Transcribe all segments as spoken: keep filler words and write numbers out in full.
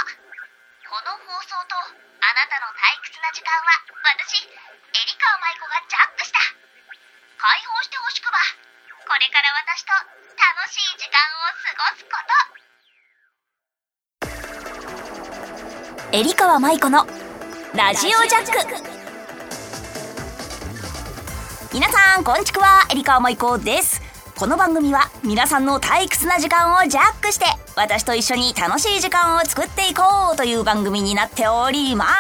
この放送とあなたの退屈な時間は私、エリカ舞子がジャックした。解放してほしくば、これから私と楽しい時間を過ごすこと。 エリカ舞子のラジオジャック。皆さんこんにちは、エリカ舞子です。この番組は皆さんの退屈な時間をジャックして私と一緒に楽しい時間を作っていこうという番組になっております。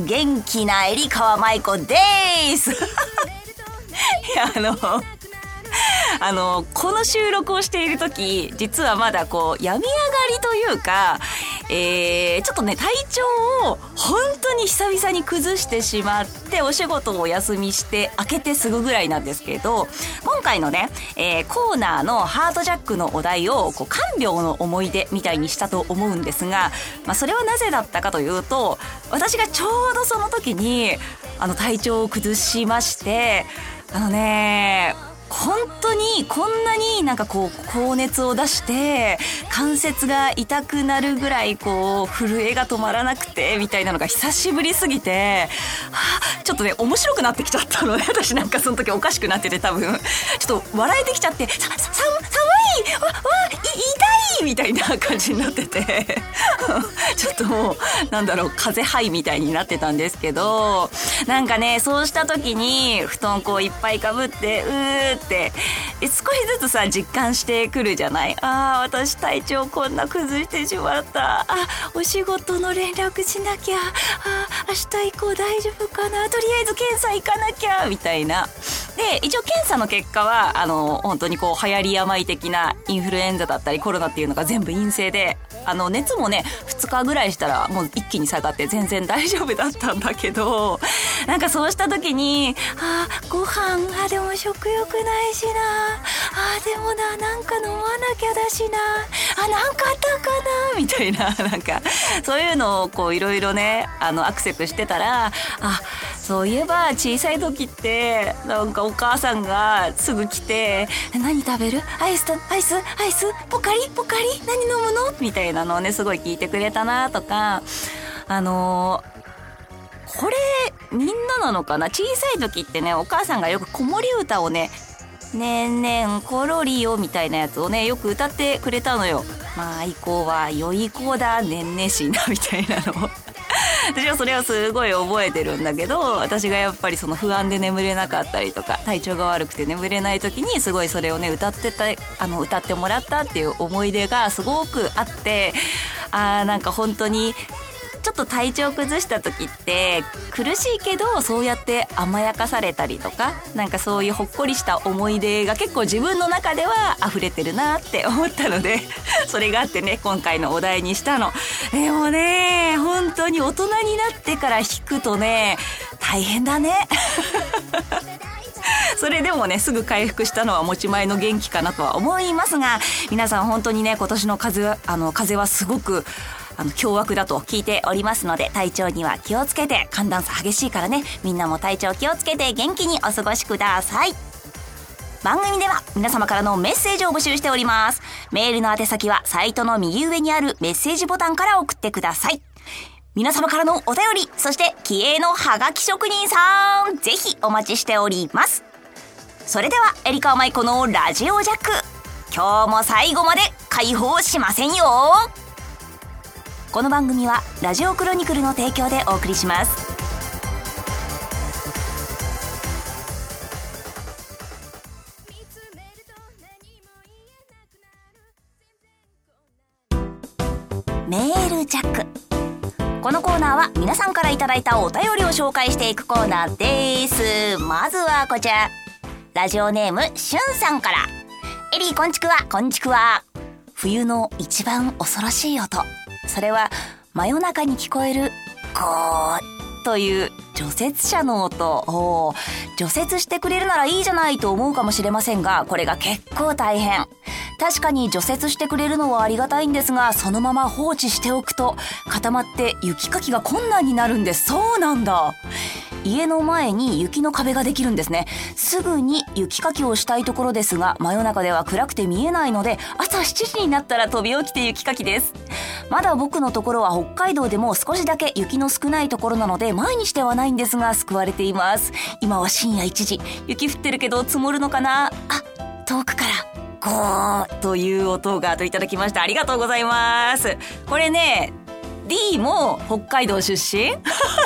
元気なエリカ舞子ですいやあのあのこの収録をしている時、実はまだこう病み上がりというか、えー、ちょっとね体調を本当に久々に崩してしまって、お仕事をお休みして明けてすぐぐらいなんですけど、今回のね、えー、コーナーのハートジャックのお題をこう看病の思い出みたいにしたと思うんですが、まあ、それはなぜだったかというと、私がちょうどその時にあの体調を崩しまして、あのね本当にこんなになんかこう高熱を出して関節が痛くなるぐらいこう震えが止まらなくてみたいなのが久しぶりすぎて、はあ、ちょっとね面白くなってきちゃったのね。私なんかその時おかしくなってて、多分ちょっと笑えてきちゃって、ささ寒いわわい痛いみたいな感じになっててちょっともうなんだろう風邪はいみたいになってたんですけど、なんかねそうした時に布団こういっぱいかぶってうーって少しずつさ実感してくるじゃない。あー私体調こんな崩してしまった、あお仕事の連絡しなきゃ、あ明日以降大丈夫かな、とりあえず検査行かなきゃみたいな。で一応検査の結果はあの本当にこう流行り病的なインフルエンザだったりコロナっていうのが全部陰性で、あの熱もねふつかぐらいしたらもう一気に下がって全然大丈夫だったんだけど、なんかそうした時にあご飯あでも食欲ないしな、あでもななんか飲まなきゃだしな、あなんかあったかなみたいな、なんかそういうのをこういろいろねあのアクセプしてたら、あそういえば小さい時ってなんかお母さんがすぐ来て何食べるアイスとアイスアイスポカリポカリ何飲むのみたいなのをねすごい聞いてくれたなとか、あのー、これみんななのかな、小さい時ってねお母さんがよく子守歌をねねんねんころりよみたいなやつをねよく歌ってくれたのよ。まあ以降は良い子だねんねしなみたいなのを私はそれをすごい覚えてるんだけど、私がやっぱりその不安で眠れなかったりとか体調が悪くて眠れない時にすごいそれをね歌ってたあの歌ってもらったっていう思い出がすごくあって、あーなんか本当にちょっと体調崩した時って苦しいけどそうやって甘やかされたりとか、なんかそういうほっこりした思い出が結構自分の中では溢れてるなって思ったのでそれがあってね今回のお題にしたの。でもね本当に大人になってから弾くとね大変だねそれでもねすぐ回復したのは持ち前の元気かなとは思いますが、皆さん本当にね今年の風はあの風はすごくあの凶悪だと聞いておりますので、体調には気をつけて、寒暖差激しいからねみんなも体調気をつけて元気にお過ごしください。番組では皆様からのメッセージを募集しております。メールの宛先はサイトの右上にあるメッセージボタンから送ってください。皆様からのお便り、そして気鋭のハガキ職人さんぜひお待ちしております。それではエリカ舞子のラジオジャック、今日も最後まで解放しませんよ。この番組はラジオクロニクルの提供でお送りします。メールジャック。このコーナーは皆さんからいただいたお便りを紹介していくコーナーです。まずはこちら、ラジオネームしゅんさんから。エリーこんちくわこんちくわ。冬の一番恐ろしい音、それは真夜中に聞こえるゴーという除雪車の音。お除雪してくれるならいいじゃないと思うかもしれませんが、これが結構大変。確かに除雪してくれるのはありがたいんですが、そのまま放置しておくと固まって雪かきが困難になるんです。そうなんだ。家の前に雪の壁ができるんですね。すぐに雪かきをしたいところですが、真夜中では暗くて見えないので、朝しちじになったら飛び起きて雪かきです。 まだ僕のところは北海道でも少しだけ雪の少ないところなので毎日ではないんですが救われています。今は深夜いちじ、雪降ってるけど積もるのかな。あ、遠くからゴーという音がといただきました。ありがとうございます。これね、D も北海道出身え、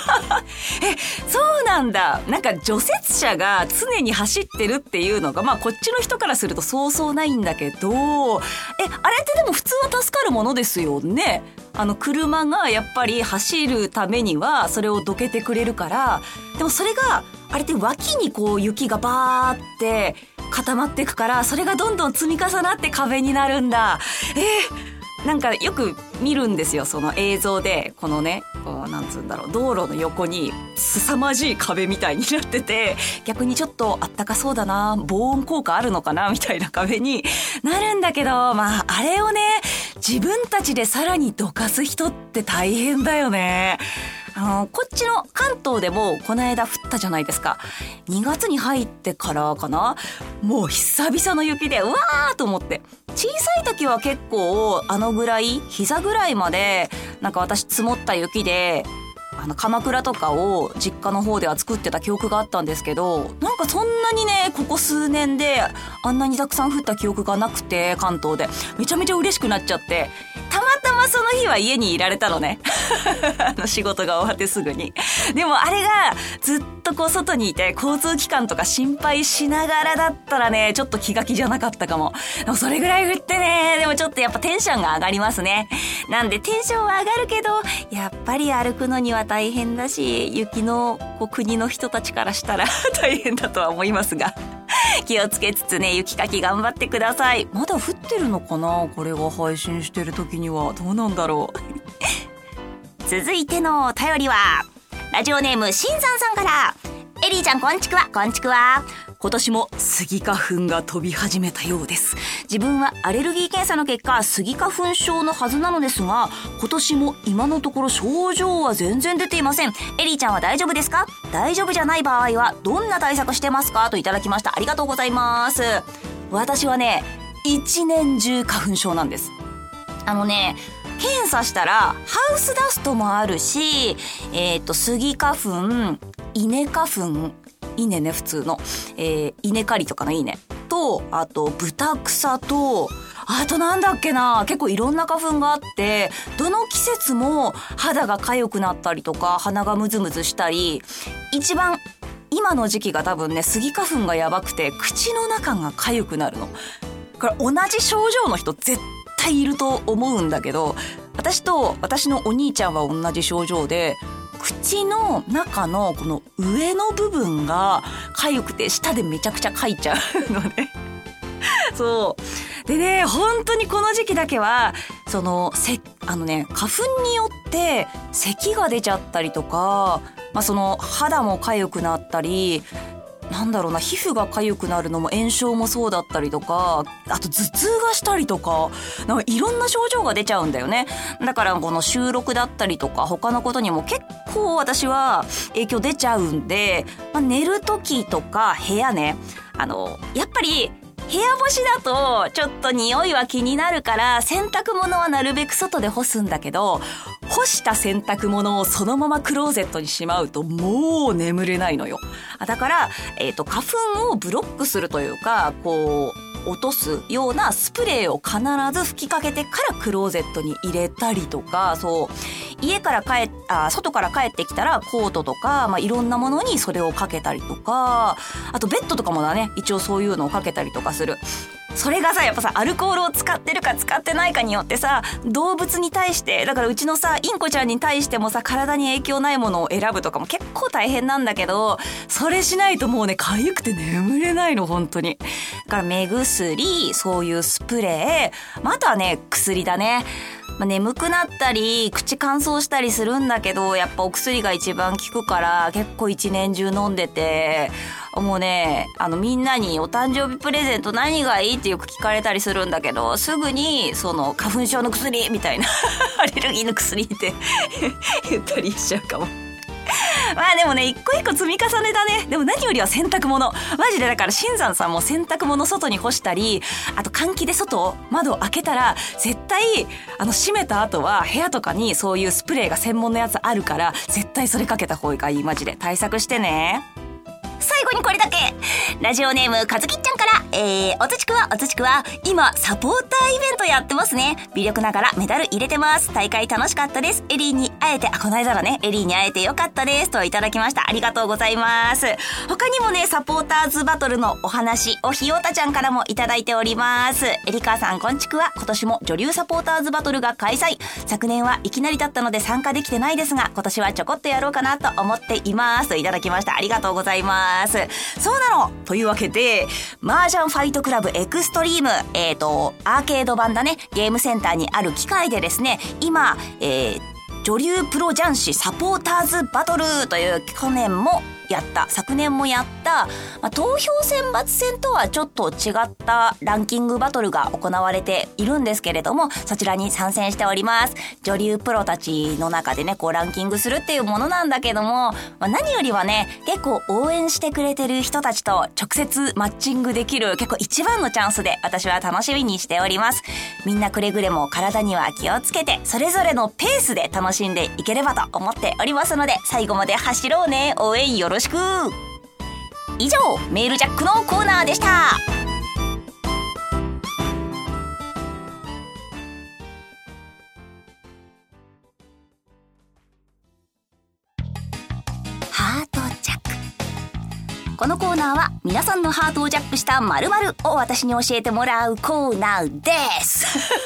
そうなんだ。なんか除雪車が常に走ってるっていうのが、まあこっちの人からするとそうそうないんだけど、え、あれってでも普通は助かるものですよね。あの車がやっぱり走るためにはそれをどけてくれるから、でもそれがあれって脇にこう雪がバーって固まっていくから、それがどんどん積み重なって壁になるんだ。えーなんかよく見るんですよ、その映像で。このね、こうなんつうんだろう、道路の横に凄まじい壁みたいになってて、逆にちょっとあったかそうだな、防音効果あるのかなみたいな壁になるんだけど、まああれをね、自分たちでさらにどかす人って大変だよね。あのこっちの関東でもこの間降ったじゃないですか。にがつに入ってからかな、もう久々の雪でうわーと思って、小さい時は結構あのぐらい、膝ぐらいまでなんか私積もった雪で、あの鎌倉とかを実家の方では作ってた記憶があったんですけど、なんかそんなにね、ここ数年であんなにたくさん降った記憶がなくて、関東でめちゃめちゃ嬉しくなっちゃって、たまたまその日は家にいられたのねあの仕事が終わってすぐに。でもあれがずっとこう外にいて交通機関とか心配しながらだったらね、ちょっと気が気じゃなかったかも。でもそれぐらい降ってね、でもちょっとやっぱテンションが上がりますね。なんでテンションは上がるけど、やっぱり歩くのには大変だし、雪のこう国の人たちからしたら大変だとは思いますが気をつけつつね、雪かき頑張ってください。まだ降ってるのかな、これが配信してる時には。どうなんだろう続いてのお便りはラジオネームしんさんさんから。エリーちゃん、こんちくわ。こんちくわ。今年もスギ花粉が飛び始めたようです。自分はアレルギー検査の結果スギ花粉症のはずなのですが、今年も今のところ症状は全然出ていません。エリーちゃんは大丈夫ですか？大丈夫じゃない場合はどんな対策してますか？といただきました。ありがとうございます。私はね、一年中花粉症なんです。あのね、検査したらハウスダストもあるし、えっとスギ花粉、稲花粉、稲ね、普通の、えー、稲刈りとかの稲と、あと豚草と、あとなんだっけな、結構いろんな花粉があって、どの季節も肌が痒くなったりとか鼻がムズムズしたり、一番今の時期が多分ね、スギ花粉がやばくて口の中が痒くなるの。これ同じ症状の人絶対いると思うんだけど、私と私のお兄ちゃんは同じ症状で、口の中のこの上の部分が痒くて舌でめちゃくちゃかいちゃうのねそうでね、本当にこの時期だけはそのせあのね花粉によって咳が出ちゃったりとか、まあ、その肌も痒くなったり、なんだろうな、皮膚が痒くなるのも炎症もそうだったりとか、あと頭痛がしたりとか、なんかいろんな症状が出ちゃうんだよね。だからこの収録だったりとか他のことにも結構私は影響出ちゃうんで、まあ、寝る時とか部屋ね、あのやっぱり部屋干しだとちょっと匂いは気になるから洗濯物はなるべく外で干すんだけど、干した洗濯物をそのままクローゼットにしまうともう眠れないのよ。だから、えーと、花粉をブロックするというか、こう落とすようなスプレーを必ず吹きかけてからクローゼットに入れたりとか、そう家から帰っあ外から帰ってきたらコートとか、まあ、いろんなものにそれをかけたりとか、あとベッドとかもだね、一応そういうのをかけたりとかする。それがさ、やっぱさ、アルコールを使ってるか使ってないかによってさ、動物に対して、だからうちのさ、インコちゃんに対してもさ、体に影響ないものを選ぶとかも結構大変なんだけど、それしないともうね、痒くて眠れないの、本当に。だから目薬、そういうスプレー、まあ、あとはね、薬だね。まあ、眠くなったり口乾燥したりするんだけど、やっぱお薬が一番効くから結構一年中飲んでて、もうね、あのみんなにお誕生日プレゼント何がいいってよく聞かれたりするんだけど、すぐにその花粉症の薬みたいなアレルギーの薬って言ったりしちゃうかも。 まあでもね、一個一個積み重ねだね。でも何よりは洗濯物。マジでだから新山さんも洗濯物外に干したり、あと換気で外、窓を開けたら、絶対、あの閉めた後は部屋とかにそういうスプレーが専門のやつあるから、絶対それかけた方がいい。マジで対策してね。最後にこれだけ。ラジオネームかずきっちゃんから、えー、おつちくわおつちくわ、今サポーターイベントやってますね。微力ながらメダル入れてます。大会楽しかったです。エリーに会えて、あ、この間だね、エリーに会えてよかったですといただきました。ありがとうございます。他にもね、サポーターズバトルのお話をひよたちゃんからもいただいております。エリカさんこんちくわ、今年も女流サポーターズバトルが開催。昨年はいきなりだったので参加できてないですが、今年はちょこっとやろうかなと思っていますといただきました。ありがとうございます。そうなのというわけで、麻雀ファイトクラブエクストリーム、えーと、アーケード版だね、ゲームセンターにある機械でですね、今、えー、女流プロ雀士サポーターズバトルという去年もやった、昨年もやった、まあ、投票選抜戦とはちょっと違ったランキングバトルが行われているんですけれども、そちらに参戦しております。女流プロたちの中でね、こうランキングするっていうものなんだけども、まあ、何よりはね、結構応援してくれてる人たちと直接マッチングできる結構一番のチャンスで、私は楽しみにしております。みんなくれぐれも体には気をつけて、それぞれのペースで楽しんでいければと思っておりますので、最後まで走ろうね。応援よろしく。以上、メールジャックのコーナーでした。ハートジャック。このコーナーは皆さんのハートをジャックした〇〇を私に教えてもらうコーナーです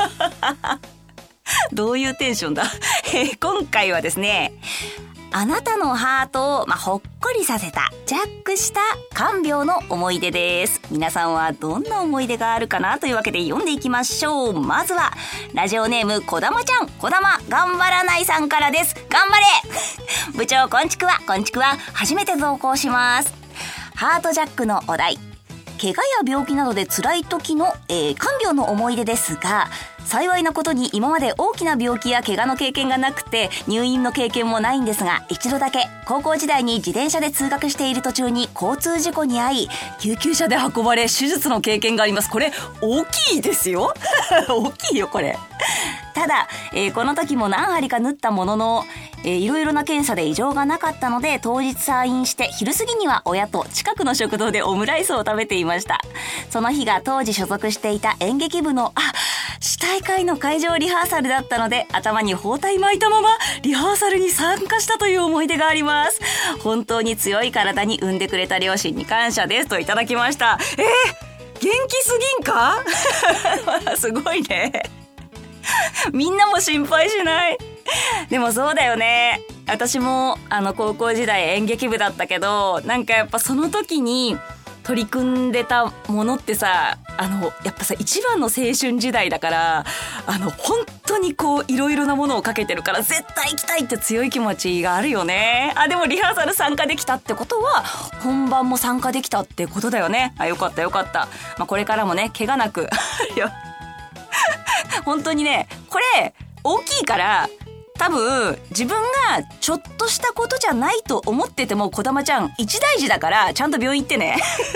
どういうテンションだえー、今回はですね、あなたのハートを、まあ、ほっこりさせた、ジャックした看病の思い出です。皆さんはどんな思い出があるかなというわけで読んでいきましょう。まずはラジオネームこだまちゃん、こだま頑張らないさんからです。頑張れ部長こんちくわ、こんちくわ、初めて投稿します。ハートジャックのお題、怪我や病気などで辛い時の、えー、看病の思い出ですが、幸いなことに今まで大きな病気や怪我の経験がなくて入院の経験もないんですが、一度だけ高校時代に自転車で通学している途中に交通事故に遭い、救急車で運ばれ手術の経験があります。これ大きいですよ大きいよこれ。ただ、えー、この時も何針か縫ったものの、えー、いろいろな検査で異常がなかったので、当日退院して昼過ぎには親と近くの食堂でオムライスを食べていました。その日が当時所属していた演劇部のあ死体会の会場リハーサルだったので、頭に包帯巻いたままリハーサルに参加したという思い出があります。本当に強い体に産んでくれた両親に感謝ですといただきました。えー、元気すぎんかすごいねみんなも心配しない。でもそうだよね。私もあの高校時代演劇部だったけど、なんかやっぱその時に取り組んでたものってさ、あのやっぱさ一番の青春時代だから、あの本当にこういろいろなものをかけてるから、絶対行きたいって強い気持ちがあるよね。あ、でもリハーサル参加できたってことは本番も参加できたってことだよね。あ、よかったよかった。まあ、これからもね怪我なく本当にね、これ大きいから多分自分がちょっとしたことじゃないと思ってても、こだまちゃん一大事だからちゃんと病院行ってね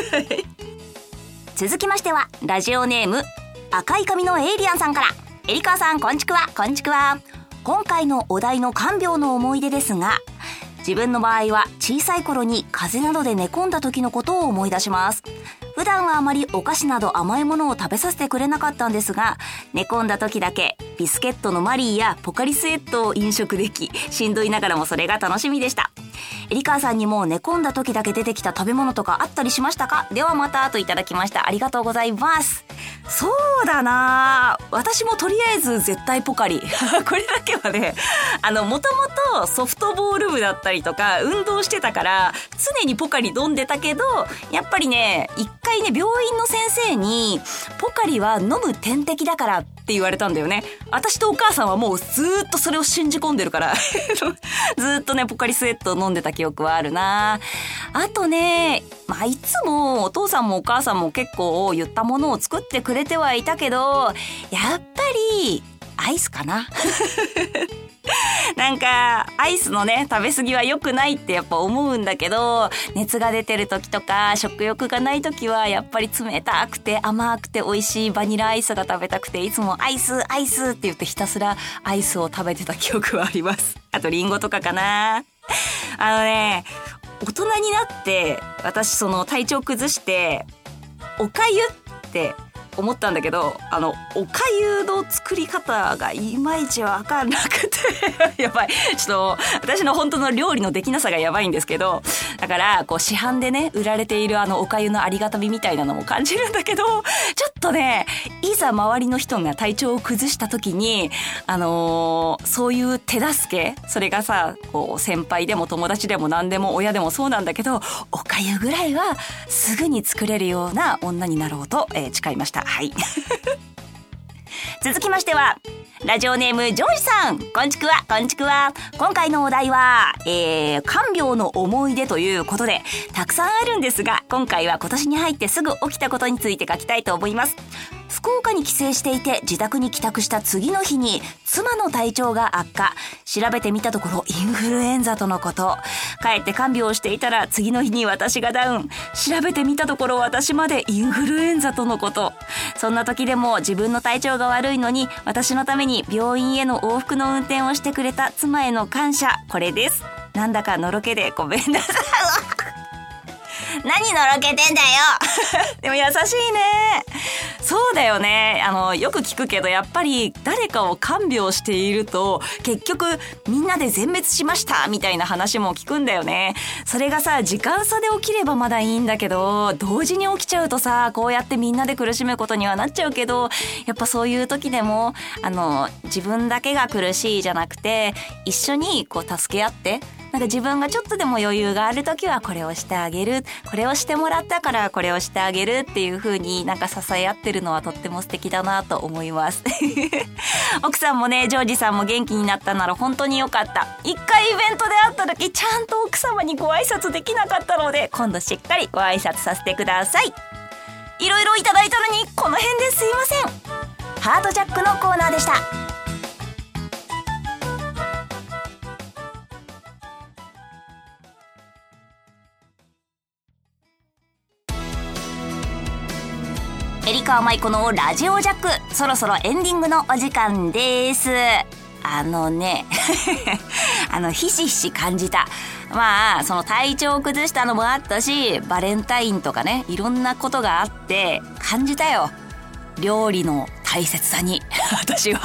続きましてはラジオネーム赤い髪のエイリアンさんから、エリカさんこんちくわ、こんちくわ。今回のお題の看病の思い出ですが、自分の場合は小さい頃に風邪などで寝込んだ時のことを思い出します。普段はあまりお菓子など甘いものを食べさせてくれなかったんですが、寝込んだ時だけビスケットのマリーやポカリスエットを飲食でき、しんどいながらもそれが楽しみでした。エリカーさんにも寝込んだ時だけ出てきた食べ物とかあったりしましたか？ではまたといただきました。ありがとうございます。そうだな、私もとりあえず絶対ポカリこれだけはね、あのもともとソフトボール部だったりとか運動してたから常にポカリ飲んでたけど、やっぱりね一回ね病院の先生にポカリは飲む点滴だからって言われたんだよね。私とお母さんはもうずーっとそれを信じ込んでるからずーっとねポカリスエット飲んでた記憶はあるな。あとね、まあいつもお父さんもお母さんも結構言ったものを作ってくれてはいたけど、やっぱりアイスかななんかアイスのね食べ過ぎは良くないってやっぱ思うんだけど、熱が出てる時とか食欲がない時はやっぱり冷たくて甘くて美味しいバニラアイスが食べたくて、いつもアイスアイスって言ってひたすらアイスを食べてた記憶はあります。あとリンゴとかかな。あのね、大人になって私その体調崩しておかゆって思ったんだけど、あのおかゆの作り方がいまいちわかんなくてやばい、ちょっと私の本当の料理のできなさがやばいんですけど、だからこう市販でね売られているあのおかゆのありがたみみたいなのも感じるんだけど、ちょっとねいざ周りの人が体調を崩した時にあのー、そういう手助け、それがさこう先輩でも友達でも何でも親でもそうなんだけど、おかゆぐらいはすぐに作れるような女になろうと、えー、誓いました。はい続きましてはラジオネームジョージさん、こんちくわこんちくわ。今回のお題は、えー、看病の思い出ということでたくさんあるんですが、今回は今年に入ってすぐ起きたことについて書きたいと思います。福岡に帰省していて自宅に帰宅した次の日に妻の体調が悪化、調べてみたところインフルエンザとのこと。帰って看病をしていたら次の日に私がダウン、調べてみたところ私までインフルエンザとのこと。そんな時でも自分の体調が悪いのに私のために病院への往復の運転をしてくれた妻への感謝、これです。なんだかのろけでごめんなさい何のろけてんだよでも優しいね。そうだよね。あのよく聞くけどやっぱり誰かを看病していると結局みんなで全滅しましたみたいな話も聞くんだよね。それがさ時間差で起きればまだいいんだけど、同時に起きちゃうとさこうやってみんなで苦しむことにはなっちゃうけど、やっぱそういう時でもあの自分だけが苦しいじゃなくて一緒にこう助け合って、なんか自分がちょっとでも余裕があるときはこれをしてあげる、これをしてもらったからこれをしてあげるっていう風になんか支え合ってるのはとっても素敵だなと思います奥さんもねジョージさんも元気になったなら本当に良かった。一回イベントで会った時ちゃんと奥様にご挨拶できなかったので今度しっかりご挨拶させてください。いろいろいただいたのにこの辺ですいません。ハートジャックのコーナーでした。エリカ舞子のラジオジャック、そろそろエンディングのお時間です。あのねあのひしひし感じた。まあその体調を崩したのもあったし、バレンタインとかねいろんなことがあって感じたよ、料理の大切さに私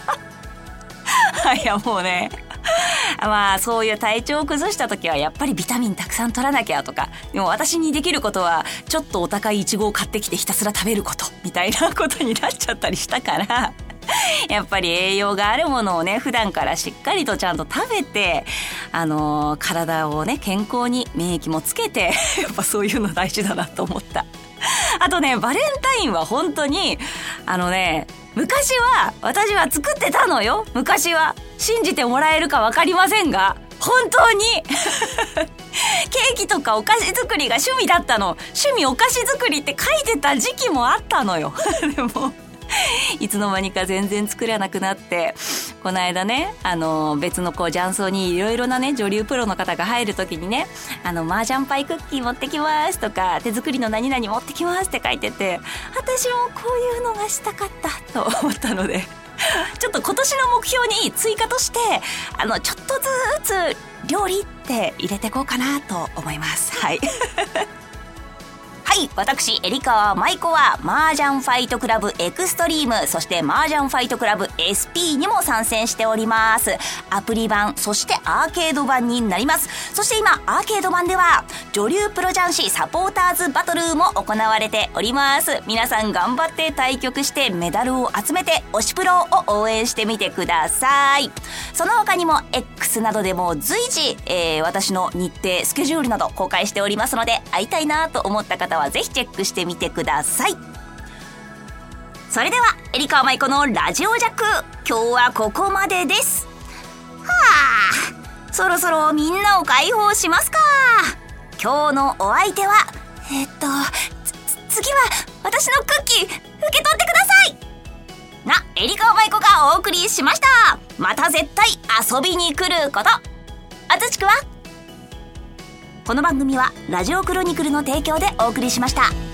はいやもうねまあそういう体調を崩した時はやっぱりビタミンたくさん取らなきゃとか、でも私にできることはちょっとお高いイチゴを買ってきてひたすら食べることみたいなことになっちゃったりしたからやっぱり栄養があるものをね普段からしっかりとちゃんと食べて、あのー、体をね健康に免疫もつけてやっぱそういうの大事だなと思った。あとねバレンタインは本当にあのね昔は私は作ってたのよ。昔は信じてもらえるか分かりませんが本当にケーキとかお菓子作りが趣味だったの。趣味お菓子作りって書いてた時期もあったのよでもいつの間にか全然作らなくなって、この間ねあの別のこう雀荘にいろいろなね女流プロの方が入る時にね、あの麻雀パイクッキー持ってきますとか手作りの何々持ってきますって書いてて、私もこういうのがしたかったと思ったのでちょっと今年の目標に追加としてあのちょっとずつ料理って入れていこうかなと思います。はいはい、私エリカワ舞子は麻雀ファイトクラブエクストリーム、そして麻雀ファイトクラブ エスピー にも参戦しております。アプリ版そしてアーケード版になります。そして今アーケード版では女流プロ雀士サポーターズバトルも行われております。皆さん頑張って対局してメダルを集めて推しプロを応援してみてください。その他にも X などでも随時、えー、私の日程スケジュールなど公開しておりますので、会いたいなと思った方はぜひチェックしてみてください。それではエリカ舞子のラジオジャック、今日はここまでです。はあ、そろそろみんなを解放しますか。今日のお相手はえっとつ次は私のクッキー受け取ってください。 なエリカ舞子がお送りしました。また絶対遊びに来ること。あつちくはこの番組はラジオクロニクルの提供でお送りしました。